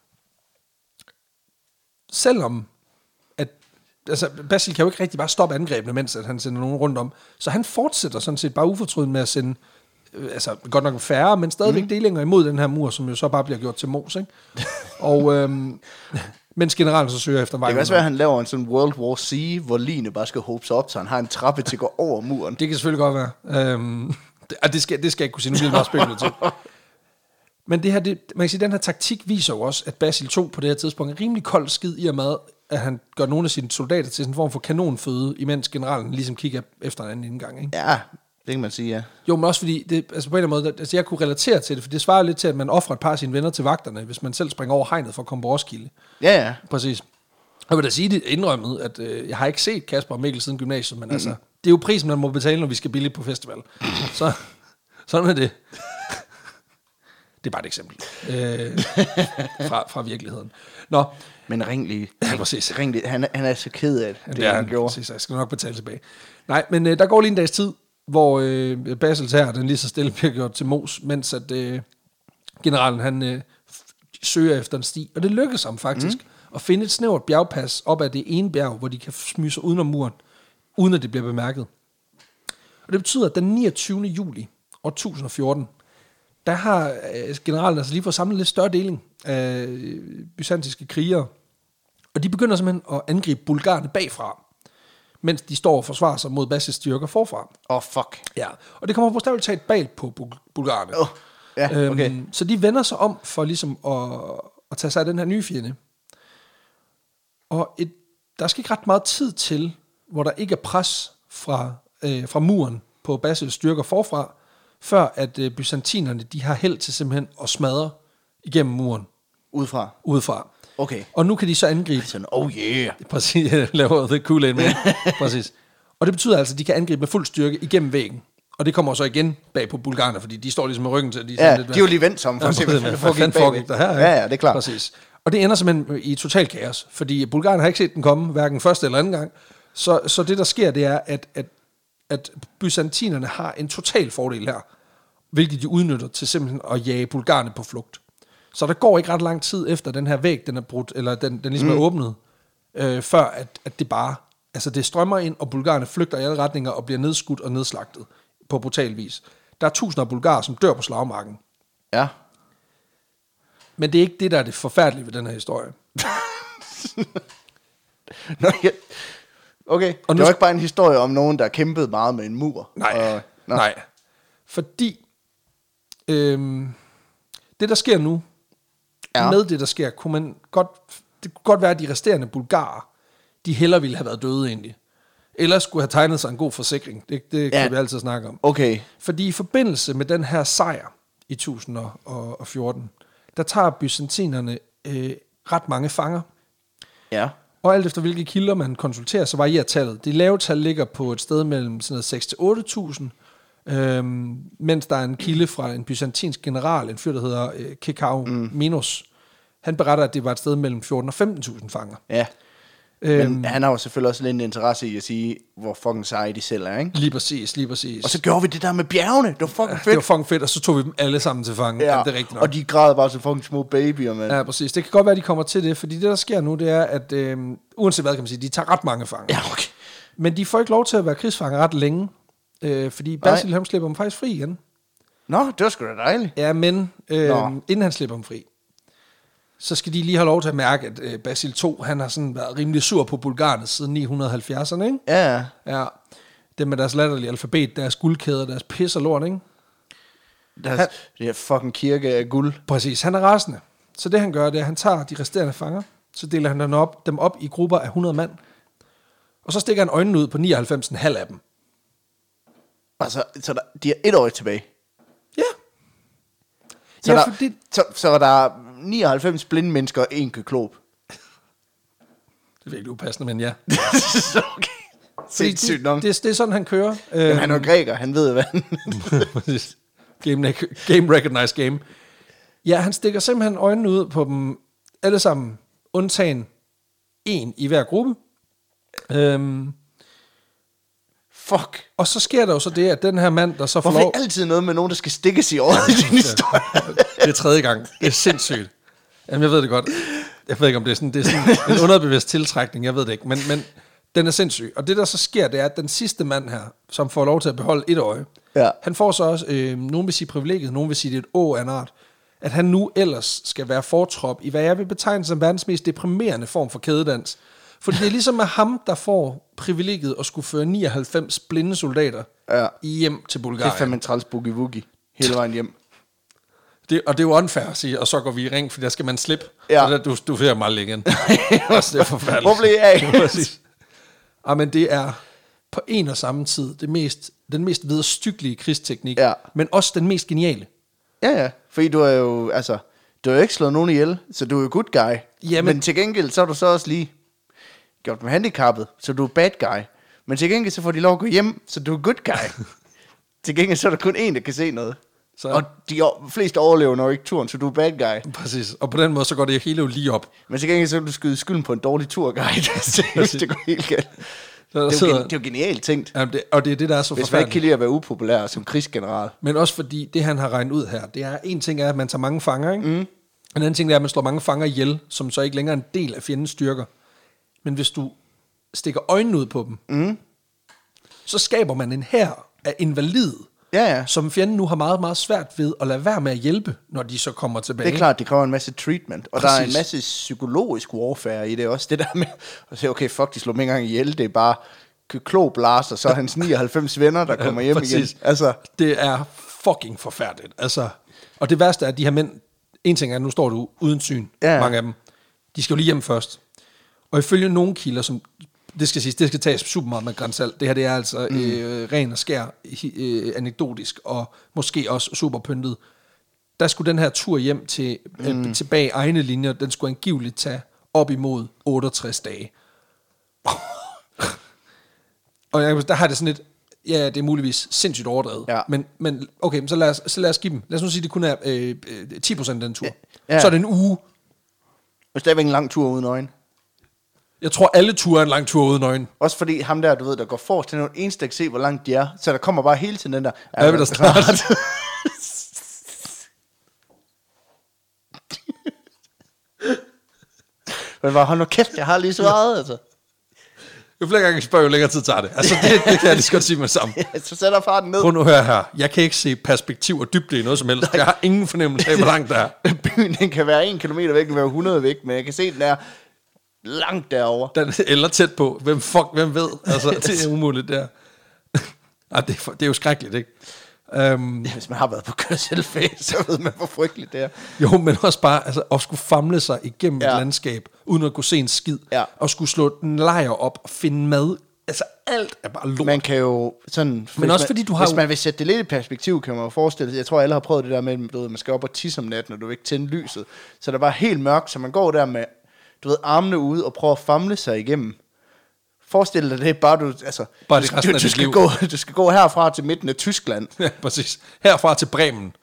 selvom altså, Basil kan jo ikke rigtig bare stoppe angrebene, mens at han sender nogen rundt om. Så han fortsætter sådan set bare ufortrødent med at sende, altså godt nok færre, men stadigvæk delinger imod den her mur, som jo så bare bliver gjort til mos, ikke? Og mens generalen så søger efter vej. Det kan også være, at han laver en sådan World War C, hvor ligene bare skal hobe sig op, så han har en trappe til at gå over muren. Det kan selvfølgelig godt være. Det skal jeg ikke kunne sige, nu bliver det meget spekulativt. Men det her, man kan sige, den her taktik viser jo også, at Basil 2 på det her tidspunkt er rimelig kold skid i og med, at han gør nogle af sine soldater til sådan en form for kanonføde, imens generalen ligesom kigger efter en anden indgang. Ikke? Ja, det kan man sige, ja. Jo, men også fordi, altså på en eller anden måde, altså jeg kunne relatere til det, for det svarer lidt til, at man offrer et par af sine venner til vagterne, hvis man selv springer over hegnet for at komme på Roskilde. Ja, ja. Præcis. Jeg vil da sige det indrømmet, at jeg har ikke set Kasper og Mikkel siden gymnasiet, men altså, det er jo prisen, man må betale, når vi skal billigt på festival. Så sådan er det. Det er bare et eksempel fra virkeligheden. Nå. Men ring lige. Ja, præcis. Ring lige. Han er så ked af det han gjorde. Præcis, jeg skal nok betale tilbage. Nej, men der går lige en dags tid, hvor Basils her, den lige så stille bliver gjort til mos, mens at generalen, han søger efter en sti. Og det lykkes ham faktisk at finde et snævert bjergpas op ad det ene bjerg, hvor de kan smyge sig udenom muren, uden at det bliver bemærket. Og det betyder, at den 29. juli år 1014, der har generalen altså lige fået samlet lidt større deling af byzantinske krigere. Og de begynder simpelthen at angribe bulgarerne bagfra, mens de står og forsvarer sig mod Basils styrker forfra. Fuck. Ja, og det kommer bogstaveligt talt bag på bulgarerne. Ja, okay. Så de vender sig om for ligesom at tage sig af den her nye fjende. Og der skal ikke ret meget tid til, hvor der ikke er pres fra muren på Basils styrker forfra, før at byzantinerne, de har held til simpelthen at smadre igennem muren. Udefra. Okay. Og nu kan de så angribe. Sådan, oh yeah. Præcis, laver the Kool-Aid Man. Præcis. Og det betyder altså, at de kan angribe med fuld styrke igennem væggen. Og det kommer så igen bag på bulgarerne, fordi de står ligesom med ryggen til. De er jo lige vendt som for at se, hvad foregik der her. Ja, det er klart. Præcis. Og det ender simpelthen i total kaos, fordi bulgarerne har ikke set den komme, hverken første eller anden gang. Så det, der sker, det er, at byzantinerne har en total fordel her, hvilket de udnytter til simpelthen at jage bulgarerne på flugt. Så der går ikke ret lang tid efter den her væg, den er brudt, eller den ligesom er åbnet, før at det bare, altså det strømmer ind, og bulgarerne flygter i alle retninger og bliver nedskudt og nedslagtet på brutal vis. Der er tusinder af bulgarer, som dør på slagmarken. Ja. Men det er ikke det, der er det forfærdelige ved den her historie. Okay, og det var ikke bare en historie om nogen, der kæmpede meget med en mur. Nej. Fordi det, der sker nu, med det, der sker, det kunne godt være, at de resterende bulgarer, de hellere ville have været døde egentlig. Eller skulle have tegnet sig en god forsikring. Det kan vi altid snakke om. Okay. Fordi i forbindelse med den her sejr i 1014, der tager byzantinerne ret mange fanger. Ja. Og alt efter hvilke kilder man konsulterer, så varierer tallet. Det lave tal ligger på et sted mellem sådan noget 6-8.000, mens der er en kilde fra en byzantinsk general, en fyr, der hedder Kekau Minos. Han beretter, at det var et sted mellem 14 og 15.000 fanger. Ja. Men han har jo selvfølgelig også lidt en interesse i at sige, hvor fucking seje de selv er, ikke? Lige præcis. Og så gjorde vi det der med bjergene. Det var fucking fedt. Det var fucking fedt, og så tog vi dem alle sammen til fange. Ja, det er rigtigt nok. og de græd bare så fucking små babyer, mand. Ja, præcis. Det kan godt være, de kommer til det, fordi det, der sker nu, det er, at uanset hvad kan man sige, de tager ret mange fanger. Ja, okay. Men de får ikke lov til at være krigsfanger ret længe, fordi Basil, han slipper dem faktisk fri igen. Nå, det var sgu da dejligt. Ja, men inden han slipper dem fri, så skal de lige have lov til at mærke, at Basil 2, han har sådan været rimelig sur på bulgarerne siden 970'erne, ikke? Ja. Ja. Det med deres latterlige alfabet, deres guldkæder, deres pis og lort, ikke? Det her fucking kirke af guld. Præcis, han er rasende. Så det han gør, det er, at han tager de resterende fanger, så deler han dem op i grupper af 100 mand, og så stikker han øjnene ud på 99,5 af dem. Altså, de er 1 år tilbage. Ja. Så er der 99 blinde mennesker og 1 kyklop. Det er virkelig upassende, men ja. Okay. Sindssygt nok. Det er sådan, han kører. Jamen, han er græker, han ved hvad han... Game recognized game. Ja, han stikker simpelthen øjnene ud på dem alle sammen, undtagen 1 i hver gruppe. Fuck. Og så sker der jo så det, at den her mand, der så får lov... Hvorfor altid noget med nogen, der skal stikkes i året i din historie? Det er 3. gang. Det er sindssygt. Jamen, jeg ved det godt. Jeg ved ikke, om det er sådan en underbevidst tiltrækning. Jeg ved det ikke. Men den er sindssyg. Og det, der så sker, det er, at den sidste mand her, som får lov til at beholde 1 øje, han får så også, nogen vil sige privilegiet, nogen vil sige, det er et å af en art, at han nu ellers skal være fortrop i, hvad jeg vil betegne som verdens mest deprimerende form for kædedans. Fordi det er ligesom med ham, der får privilegiet at skulle føre 99 blinde soldater hjem til Bulgarien. Det er fandme en træls boogie-woogie hele vejen hjem. Og det er jo unfair at sige, og så går vi i ring, for der skal man slippe. Ja. Og der, du fører mig igen. Altså, det er forfærdeligt. Hvor blev jeg af? Men det er på en og samme tid den mest vederstyggelige krigsteknik, men også den mest geniale. Ja. Fordi du har jo ikke slået nogen ihjel, så du er jo good guy. Jamen. Men til gengæld, så har du så også lige gjort dem handicappet, så du er bad guy. Men til gengæld, så får de lov at gå hjem, så du er good guy. Til gengæld, så er der kun én, der kan se noget. Så. Og de fleste overlever nok ikke turen, så du er bad guy. Præcis, og på den måde, så går det hele jo lige op. Men til gengæld, så kan du skyde skylden på en dårlig turguide, hvis det går helt galt. Det er jo genialt tænkt. Jamen og det er det, der er så forfærdeligt. Hvis man ikke kan lide at være upopulær som krigsgeneral. Men også fordi, det han har regnet ud her, det er, en ting er, at man tager mange fanger, ikke? En anden ting er, at man slår mange fanger ihjel, som så ikke længere er en del af fjendens styrker. Men hvis du stikker øjnene ud på dem, så skaber man en hær af invalide, som fjenden nu har meget, meget svært ved at lade være med at hjælpe, når de så kommer tilbage. Det er klart, det kræver en masse treatment, og der er en masse psykologisk warfare i det også. Det der med at sige, okay, fuck, de slår mig engang ihjel, det er bare Kyklop Lars, og så hans 99 venner, der kommer hjem igen. Altså. Det er fucking forfærdeligt. Altså, og det værste er, at de her mænd, en ting er, at nu står du uden syn, mange af dem, de skal jo lige hjem først. Og ifølge nogle kilder, som det skal tages super meget med grænsalt. Det her, det er altså ren og skær, anekdotisk, og måske også super pyntet. Der skulle den her tur hjem tilbage egne linjer, den skulle angiveligt tage op imod 68 dage. Og der har det sådan lidt, ja, det er muligvis sindssygt overdrevet. Ja. Men okay, så lad os give dem. Lad os nu sige, det kun er 10% af den tur. Ja. Så er det en uge. Og stadigvæk en lang tur uden øjne. Jeg tror, alle ture er en lang tur uden øjne. Også fordi ham der, du ved, der går forrest, til nogen eneste, der kan se, hvor langt de er. Så der kommer bare hele tiden den der. Er vi der snart? Men bare, hold nu kæft, jeg har lige svaret, altså. Jo flere gange jeg spørger, jo længere tid tager det. Altså, det kan jeg lige så godt sige mig sammen. Ja, så sætter farten ned. Prøv nu at høre her. Jeg kan ikke se perspektiv og dybde i noget som helst. Jeg har ingen fornemmelse af, hvor langt der er. Byen, den kan være 1 kilometer væk, den kan være 100 væk, men jeg kan se, den er langt derovre. Eller tæt på. Hvem ved? Altså, det er umuligt der. Det er jo skrækkeligt, ikke? Hvis man har været på kørselsferie, så ved man, hvor frygteligt det er. Jo, men også bare at skulle famle sig igennem et landskab, uden at kunne se en skid, og skulle slå en lejr op og finde mad. Altså, alt er bare lort. Man kan jo sådan... Men også fordi du har... Hvis man vil sætte det lidt i perspektiv, kan man jo forestille sig... Jeg tror, alle har prøvet det der med, at man skal op og tisse om natten, når du ikke tænder lyset. Så der var helt mørkt, så man går der med, du ved, armene ude og prøver at famle sig igennem. Forestil dig det, bare du... Altså, bare du skal gå herfra til midten af Tyskland. Ja, præcis. Herfra til Bremen. Ja,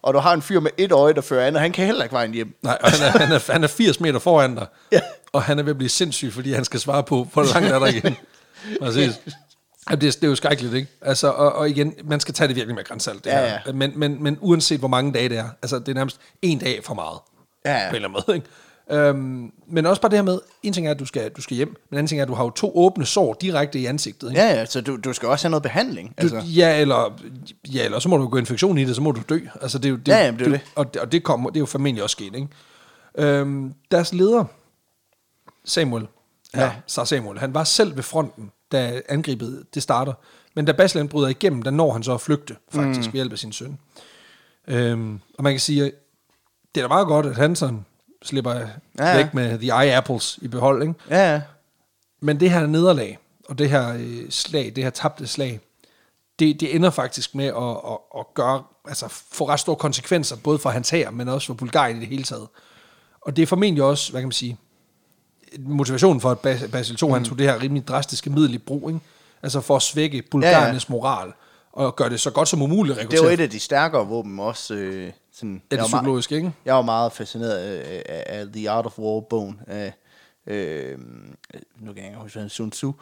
og du har en fyr med et øje, der fører an, og han kan heller ikke vejen hjem. Nej, og han er 80 meter foran dig, ja. Og han er ved at blive sindssyg, fordi han skal svare på, hvor langt er der igen. Præcis. Det er jo skrækkeligt, ikke? Altså, og igen, man skal tage det virkelig med grænsalt, det her. Ja. Men uanset hvor mange dage det er, altså det er nærmest en dag for meget, på en eller anden måde, ikke? Men også bare det her med, en ting er, at du skal hjem, men anden ting er, at du har jo 2 åbne sår direkte i ansigtet, ikke? Ja, så du skal også have noget behandling. Altså. Eller så må du gå infektion i det, så må du dø. Altså det er jo det. Og det er jo formentlig også sket, ikke? Deres leder, Samuel, han var selv ved fronten, da angrebet det starter. Men da Basil bryder igennem, der når han så at flygte, faktisk, ved hjælp af sin søn. Og man kan sige, at det er da meget godt, at han sådan slipper væk med the eye apples i behold, ikke? Ja. Men det her nederlag, og det her slag, det her tabte slag, det ender faktisk med at gøre, altså få ret store konsekvenser, både for hans hær, men også for Bulgarien i det hele taget. Og det er formentlig også, hvad kan man sige, motivationen for, at Basil II, han tog det her rimelig drastiske middel i brug, ikke? Altså for at svække Bulgariernes moral, og gøre det så godt som umuligt at rekruttere. Det er jo et af de stærkere våben også. Sådan, det psykologisk, ikke? Jeg var meget fascineret af The Art of War-bogen af, nu kan jeg ikke huske, Sun Tzu,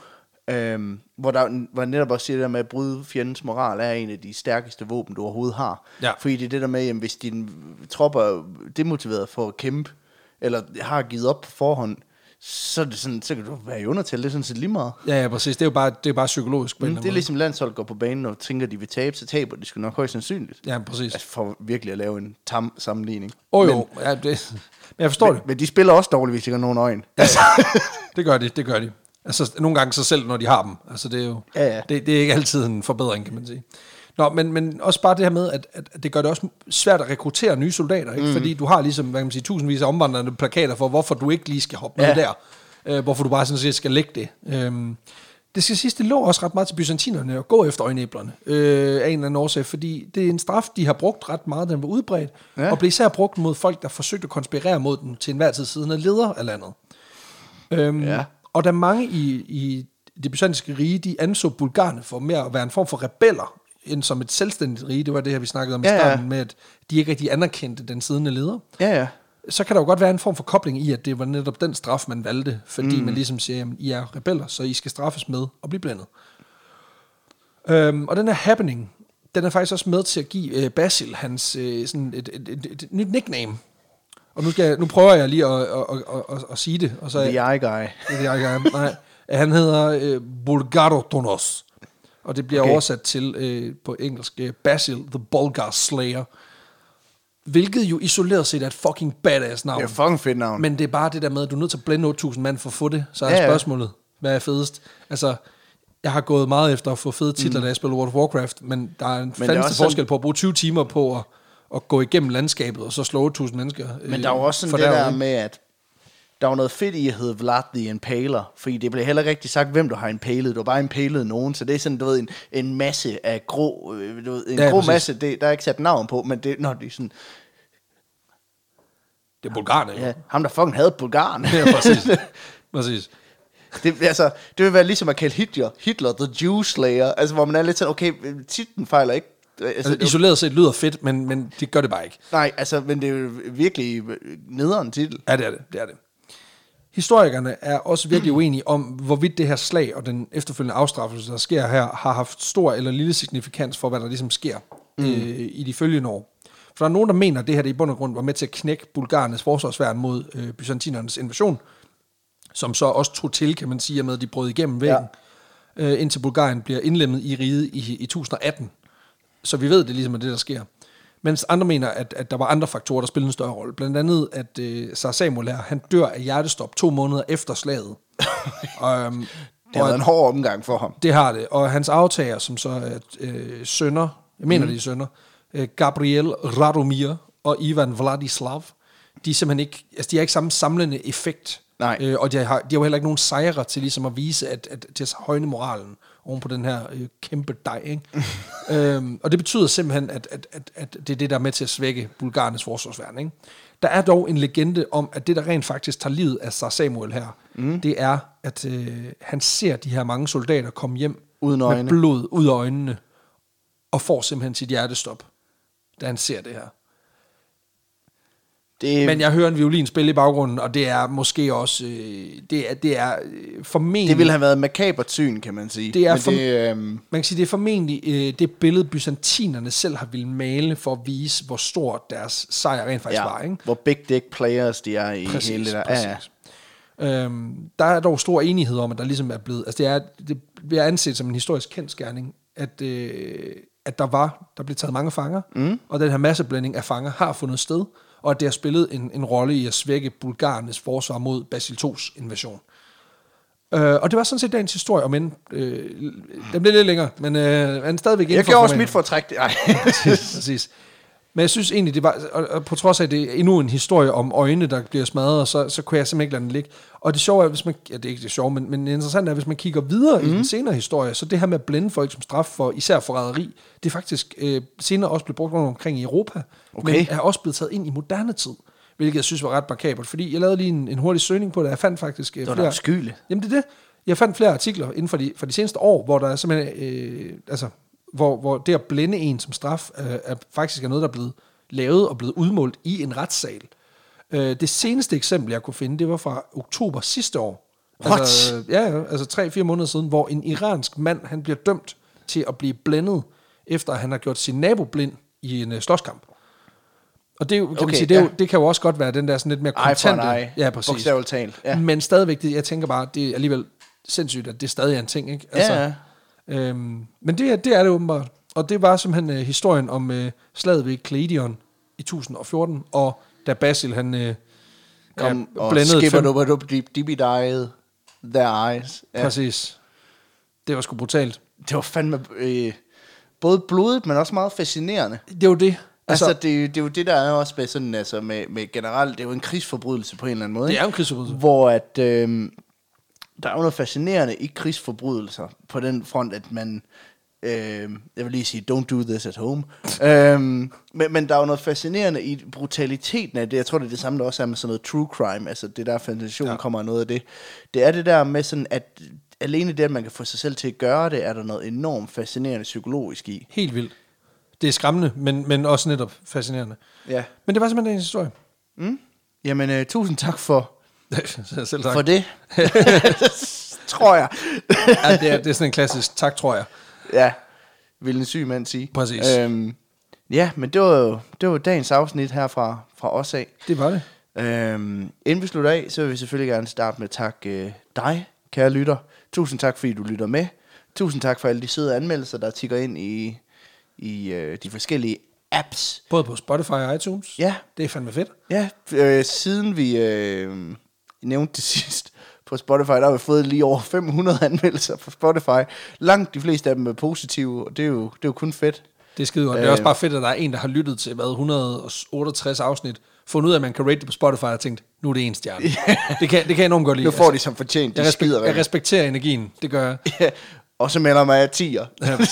hvor netop også siger det der med, at bryde fjendens moral er en af de stærkeste våben, du overhovedet har. Ja. Fordi det er det der med, at hvis dine tropper er demotiveret for at kæmpe, eller har givet op på forhånd, så er det sådan, så kan du være i undertal, det er sådan set lige meget. Ja, præcis. Det er bare psykologisk. På det er ligesom landshold går på banen og tænker, at de vil tabe, så taber de sgu nok højst sandsynligt. Ja, præcis. Altså for virkelig at lave en tam sammenligning. Men jeg forstår det. Men de spiller også dårligt, hvis de har nogen øjne. Ja, det gør de. Altså nogle gange sig selv, når de har dem. Altså det er jo, det er ikke altid en forbedring, kan man sige. Nå, men også bare det her med, at det gør det også svært at rekruttere nye soldater, ikke? Fordi du har ligesom, hvad kan man sige, tusindvis af omvandrende plakater for, hvorfor du ikke lige skal hoppe med der. Hvorfor du bare sådan set skal lægge det. Det skal siges, det lå også ret meget til byzantinerne at gå efter øjenæblerne af en eller anden årsag, fordi det er en straf, de har brugt ret meget, den var udbredt, og blev især brugt mod folk, der forsøgte at konspirere mod den til enhver tid siden af leder af landet. Og der mange i det byzantinske rige, de anså bulgarerne for mere at være en form for rebeller, end som et selvstændigt rige. Det var det her, vi snakkede om i starten, med at de ikke rigtig anerkendte den siddende leder. Så kan der jo godt være en form for kobling i, at det var netop den straf, man valgte, fordi man ligesom siger, jamen, I er rebeller, så I skal straffes med at blive blændet. Og den her happening, den er faktisk også med til at give Basil hans sådan et nyt nickname. Og nu prøver jeg lige at sige det. Og så, The Eye Guy. The Eye Guy. Nej, han hedder Bulgarotonos. Og det bliver oversat til på engelsk Basil the Bulgar Slayer. Hvilket jo isoleret set er et fucking badass navn. Det er et fucking fedt navn. Men det er bare det der med, at du er nødt til at blænde 8.000 mand for at få det. Så er spørgsmålet, hvad er fedest? Altså, jeg har gået meget efter at få fede titler, da jeg spiller World of Warcraft, men der er en fandeste forskel på at bruge 20 timer på at gå igennem landskabet, og så slå 8.000 mennesker. Men der er jo også sådan det der med, at der var noget fedt i at hedde Vlad the Impaler, fordi det blev heller ikke rigtig sagt, hvem du har impalet. Du har bare impalet nogen, så det er sådan, du ved, en masse af grå, grå masse, der er ikke sat navn på, men det er sådan... Det er bulgarerne, ja. Ham, der fucking havde bulgarerne. Ja, præcis. Det vil være ligesom at kalde Hitler the Jew Slayer, altså hvor man er lidt sådan, okay, titlen fejler ikke. Altså, isoleret set lyder fedt, men det gør det bare ikke. Nej, altså, men det er jo virkelig nederen titel. Ja, det er det. Historikerne er også virkelig uenige om, hvorvidt det her slag og den efterfølgende afstraffelse, der sker her, har haft stor eller lille signifikans for, hvad der ligesom sker i de følgende år. For der er nogen, der mener, at det her det i bund og grund var med til at knække bulgarernes forsvarsværn mod byzantinernes invasion, som så også tog til, kan man sige, med at de brød igennem væggen, indtil Bulgarien bliver indlemmet i riget i 1018. Så vi ved, det ligesom er det, der sker. Mens andre mener, at der var andre faktorer, der spillede en større rolle. Blandt andet, at Tsar Samuel her, han dør af hjertestop 2 måneder efter slaget. Det har været en hård omgang for ham. Det har det. Og hans aftager, som så er sønner, jeg mener de er sønner, Gabriel Radomir og Ivan Vladislav, de er simpelthen ikke, altså de har ikke samme samlende effekt. Nej. Og de har jo heller ikke nogen sejre til ligesom at vise, at til at højne moralen oven på den her kæmpe dej, ikke? Og det betyder simpelthen, at det er det, der er med til at svække bulgarernes forsvarsværn, ikke? Der er dog en legende om, at det, der rent faktisk tager livet af Tsar Samuel her, det er, at han ser de her mange soldater komme hjem med blod ud af øjnene, og får simpelthen sit hjertestop, da han ser det her. Men jeg hører en violin spille i baggrunden, og det er måske også... det er formentlig... Det ville have været makabert syn, kan man sige. Det er man kan sige, det er formentlig det billede, byzantinerne selv har ville male for at vise, hvor stor deres sejr rent faktisk var. Ikke? Hvor big dick players de er i hele det der. Præcis. Der er dog stor enighed om, at der ligesom er blevet... Altså det bliver anset som en historisk kendsgerning, at der blev taget mange fanger, og den her masseblænding af fanger har fundet sted, og at det har spillet en rolle i at svække bulgarernes forsvar mod Basil II's invasion. Og det var sådan set dagens historie, om end den blev lidt længere, men stadigvæk... Jeg gjorde også mit for at trække det. Præcis. Men jeg synes egentlig, det var, og på trods af, at det er endnu en historie om øjne, der bliver smadret, så kunne jeg simpelthen ikke lade den ligge. Og det sjove er, hvis man, det er ikke det sjove, men interessant er, hvis man kigger videre i den senere historie, så det her med at blænde folk som straf for især forræderi, det er faktisk senere også blevet brugt omkring i Europa, men er også blevet taget ind i moderne tid, hvilket jeg synes var ret makabert, fordi jeg lavede lige en hurtig søgning på det, jeg fandt faktisk flere... Det var afskyeligt. Jamen det er det. Jeg fandt flere artikler inden for de seneste år, hvor der er simpelthen, hvor det at blænde en som straf, faktisk er noget, der er blevet lavet og blevet udmålt i en retssal. Det seneste eksempel, jeg kunne finde, det var fra oktober sidste år. What? Altså 3-4 måneder siden, hvor en iransk mand, han bliver dømt til at blive blændet, efter at han har gjort sin nabo blind i en slåskamp. Og det, kan man sige, det kan jo også godt være den der sådan lidt mere kontante... Ja, præcis. Ja. Men stadigvæk, jeg tænker bare, det er alligevel sindssygt, at det stadig er en ting, ikke? Altså, men det er det åbenbart. Og det var simpelthen historien om slaget ved Kleidion i 1014, og da Basil, han kom og skipper their eyes. Ja. Præcis. Det var sgu brutalt. Det var fandme både blodigt, men også meget fascinerende. Det var det. Altså det er jo det, der er også med sådan, altså med generelt, det er jo en krigsforbrydelse på en eller anden måde. Det er jo en krigsforbrydelse. Hvor at, der er jo noget fascinerende i krigsforbrydelser på den front, at man... jeg vil lige sige, don't do this at home. Men der er jo noget fascinerende i brutaliteten af det. Jeg tror, det er det samme, der også er med sådan noget true crime. Altså det der fascination kommer af noget af det. Det er det der med sådan, at alene det, at man kan få sig selv til at gøre det, er der noget enormt fascinerende psykologisk i. Helt vildt. Det er skræmmende, men også netop fascinerende. Ja. Men det var simpelthen en historie. Jamen, tusind tak for... Selv tak. For det. Tror jeg. Ja, det er sådan en klassisk tak, tror jeg. Ja, vil en syg mand sige. Præcis. Ja, men det var dagens afsnit her fra os af. Det var det. Inden vi slutter af, så vil vi selvfølgelig gerne starte med at takke dig, kære lytter. Tusind tak, fordi du lytter med. Tusind tak for alle de søde anmeldelser, der tikker ind i de forskellige apps. Både på Spotify og iTunes. Ja. Det er fandme fedt. Ja, siden vi nævnte det sidst på Spotify, der har vi fået lige over 500 anmeldelser på Spotify. Langt de fleste af dem er positive, og det er jo kun fedt. Det er skide godt. Det er også bare fedt, at der er en, der har lyttet til 168 afsnit, fundet ud af, at man kan rate det på Spotify, og tænkt, nu er det en stjerne. Det kan jeg enormt godt lide. Nu får de som fortjent. Jeg respekterer energien, det gør jeg. Ja, og så melder mig af 10'er.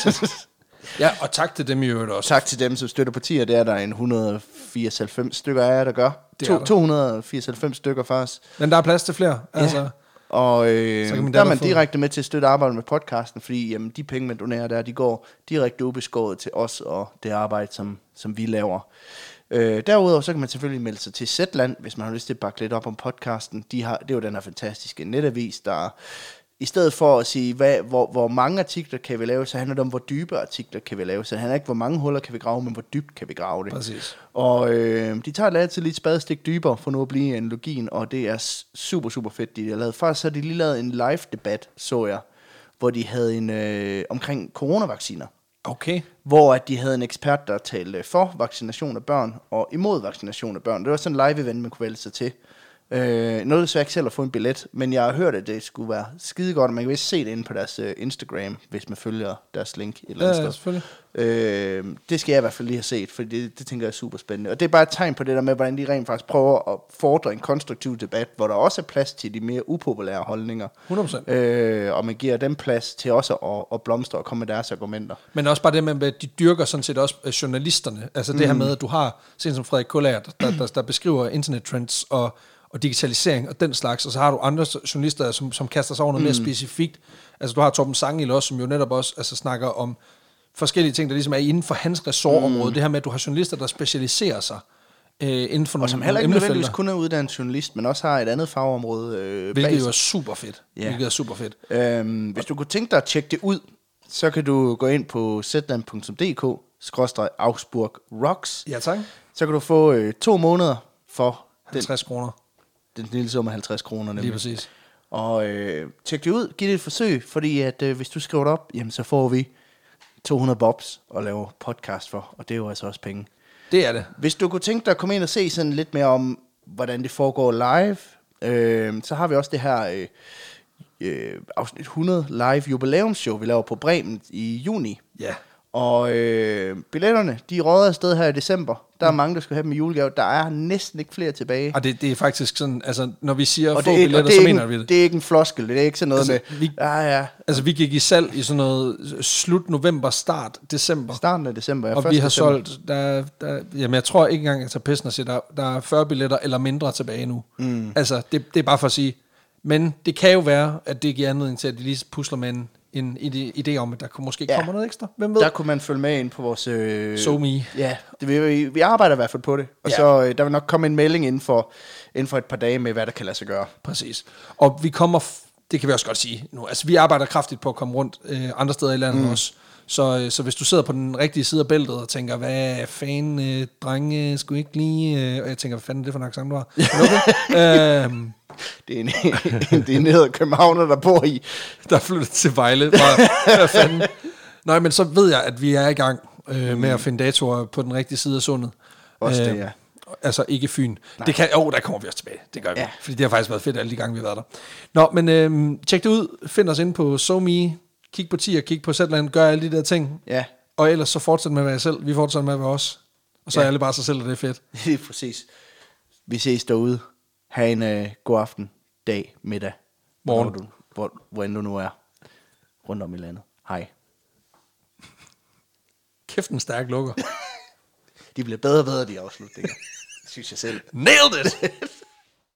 Ja, og tak til dem i øvrigt også. Tak til dem, som støtter partier. Det er der en 194 stykker af jer, der gør. 294 stykker faktisk. Men der er plads til flere. Altså. Ja. Og der er man direkte med til at støtte arbejdet med podcasten, fordi jamen, de penge, man donerer der, de går direkte ubeskåret til os og det arbejde, som vi laver. Derudover så kan man selvfølgelig melde sig til Zetland, hvis man har lyst til at bakke lidt op om podcasten. Det er jo den her fantastiske netavis, der i stedet for at sige, hvor mange artikler kan vi lave, så handler det om, hvor dybe artikler kan vi lave. Så det handler ikke, hvor mange huller kan vi grave, men hvor dybt kan vi grave det. Præcis. Og de tager det altid lidt spadestik dybere, for nu at blive analogien, og det er super, super fedt, de har lavet. Faktisk har de lige lavet en live-debat, så jeg, hvor de havde en omkring coronavacciner. Okay. Hvor at de havde en ekspert, der talte for vaccination af børn, og imod vaccination af børn. Det var sådan en live-event, man kunne vælge sig til. Noget svært ikke selv at få en billet, men jeg har hørt, at det skulle være skide godt, og man kan vist se det inde på deres Instagram, hvis man følger deres link et eller andet sted. Det skal jeg i hvert fald lige have set, for det tænker jeg er super spændende. Og det er bare et tegn på det der med, hvordan de rent faktisk prøver at fordre en konstruktiv debat, hvor der også er plads til de mere upopulære holdninger. 100%. Og man giver dem plads til også at blomstre og komme med deres argumenter. Men også bare det med, at de dyrker sådan set også journalisterne. Altså det her med, at du har, sådan som Frederik Kullager, der beskriver internettrends og digitalisering og den slags, og så har du andre journalister, som kaster sig over noget mere specifikt. Altså du har Torben Sangil også, som jo netop også snakker om forskellige ting, der ligesom er inden for hans ressortområde. Det her med, at du har journalister, der specialiserer sig inden for Og som nogle heller ikke emnefelter. nødvendigvis kun er uddannet journalist, men også har et andet fagområde Hvilket jo er super fedt. Ja. Hvilket er super fedt. Hvis du kunne tænke dig at tjekke det ud, så kan du gå ind på zland.dk/Augsburg Rocks. Ja, tak. Så kan du få 2 måneder for 50 kroner. den lille sum af 50 kroner. Lige præcis. Og tjek det ud, giv det et forsøg, fordi at hvis du skriver det op, jamen, så får vi 200 bobs og laver podcast for, og det er jo altså også penge. Det er det. Hvis du kunne tænke dig at komme ind og se sådan lidt mere om, hvordan det foregår live, så har vi også det her afsnit 100 live jubilæumsshow, vi laver på Bremen i juni. Ja. Og billetterne, de råder afsted her i december. Der er mange, der skal have dem i julegave. Der er næsten ikke flere tilbage. Og det er faktisk sådan, altså når vi siger Og få det er, billetter, og det er så ikke, mener vi det. Det er ikke en floskel, det er ikke sådan noget Altså, med... Altså vi gik i salg i sådan noget slut november, start december. Starten af december. Og vi har solgt, jamen jeg tror ikke engang, jeg tager pissen og siger, der er 40 billetter eller mindre tilbage nu. Altså det er bare for at sige, men det kan jo være, at det giver anledning til, at de lige pusler med en idé om, at der måske kommer noget ekstra. Hvem ved? Der kunne man følge med ind på vores... SoMe. Ja, vi arbejder i hvert fald på det. Og så der vil nok komme en melding inden for et par dage med, hvad der kan lade sig gøre. Præcis. Og vi kommer, det kan vi også godt sige nu, altså vi arbejder kraftigt på at komme rundt andre steder i landet også. Så hvis du sidder på den rigtige side af bæltet og tænker, hvad fanden, drenge, skulle ikke lige... og jeg tænker, hvad fanden er det for en accent, du har? Det er en nede københavner, der bor i. Der er flyttet til Vejle. Hvad fanden? Nej, men så ved jeg, at vi er i gang med at finde datoer på den rigtige side af sundet. Også det, ja. Altså ikke Fyn. Det kan, der kommer vi også tilbage. Det gør vi. Ja. Fordi det har faktisk været fedt alle de gange, vi har været der. Nå, men tjek det ud. Find os inde på SoMe. Kig på Tier, kig på Zetland. Gør alle de der ting. Ja. Og ellers så fortsæt med at være selv. Vi fortsætter med at være os. Og så er alle bare sig selv, og det er fedt. Det er præcis. Vi ses derude. Ha' en god aften, dag, middag. Morgen. Hvor end du nu er. Rundt om i landet. Hej. Kæft en stærk lukker. De bliver bedre og bedre, de afslutninger. Det synes jeg selv. Nailed it!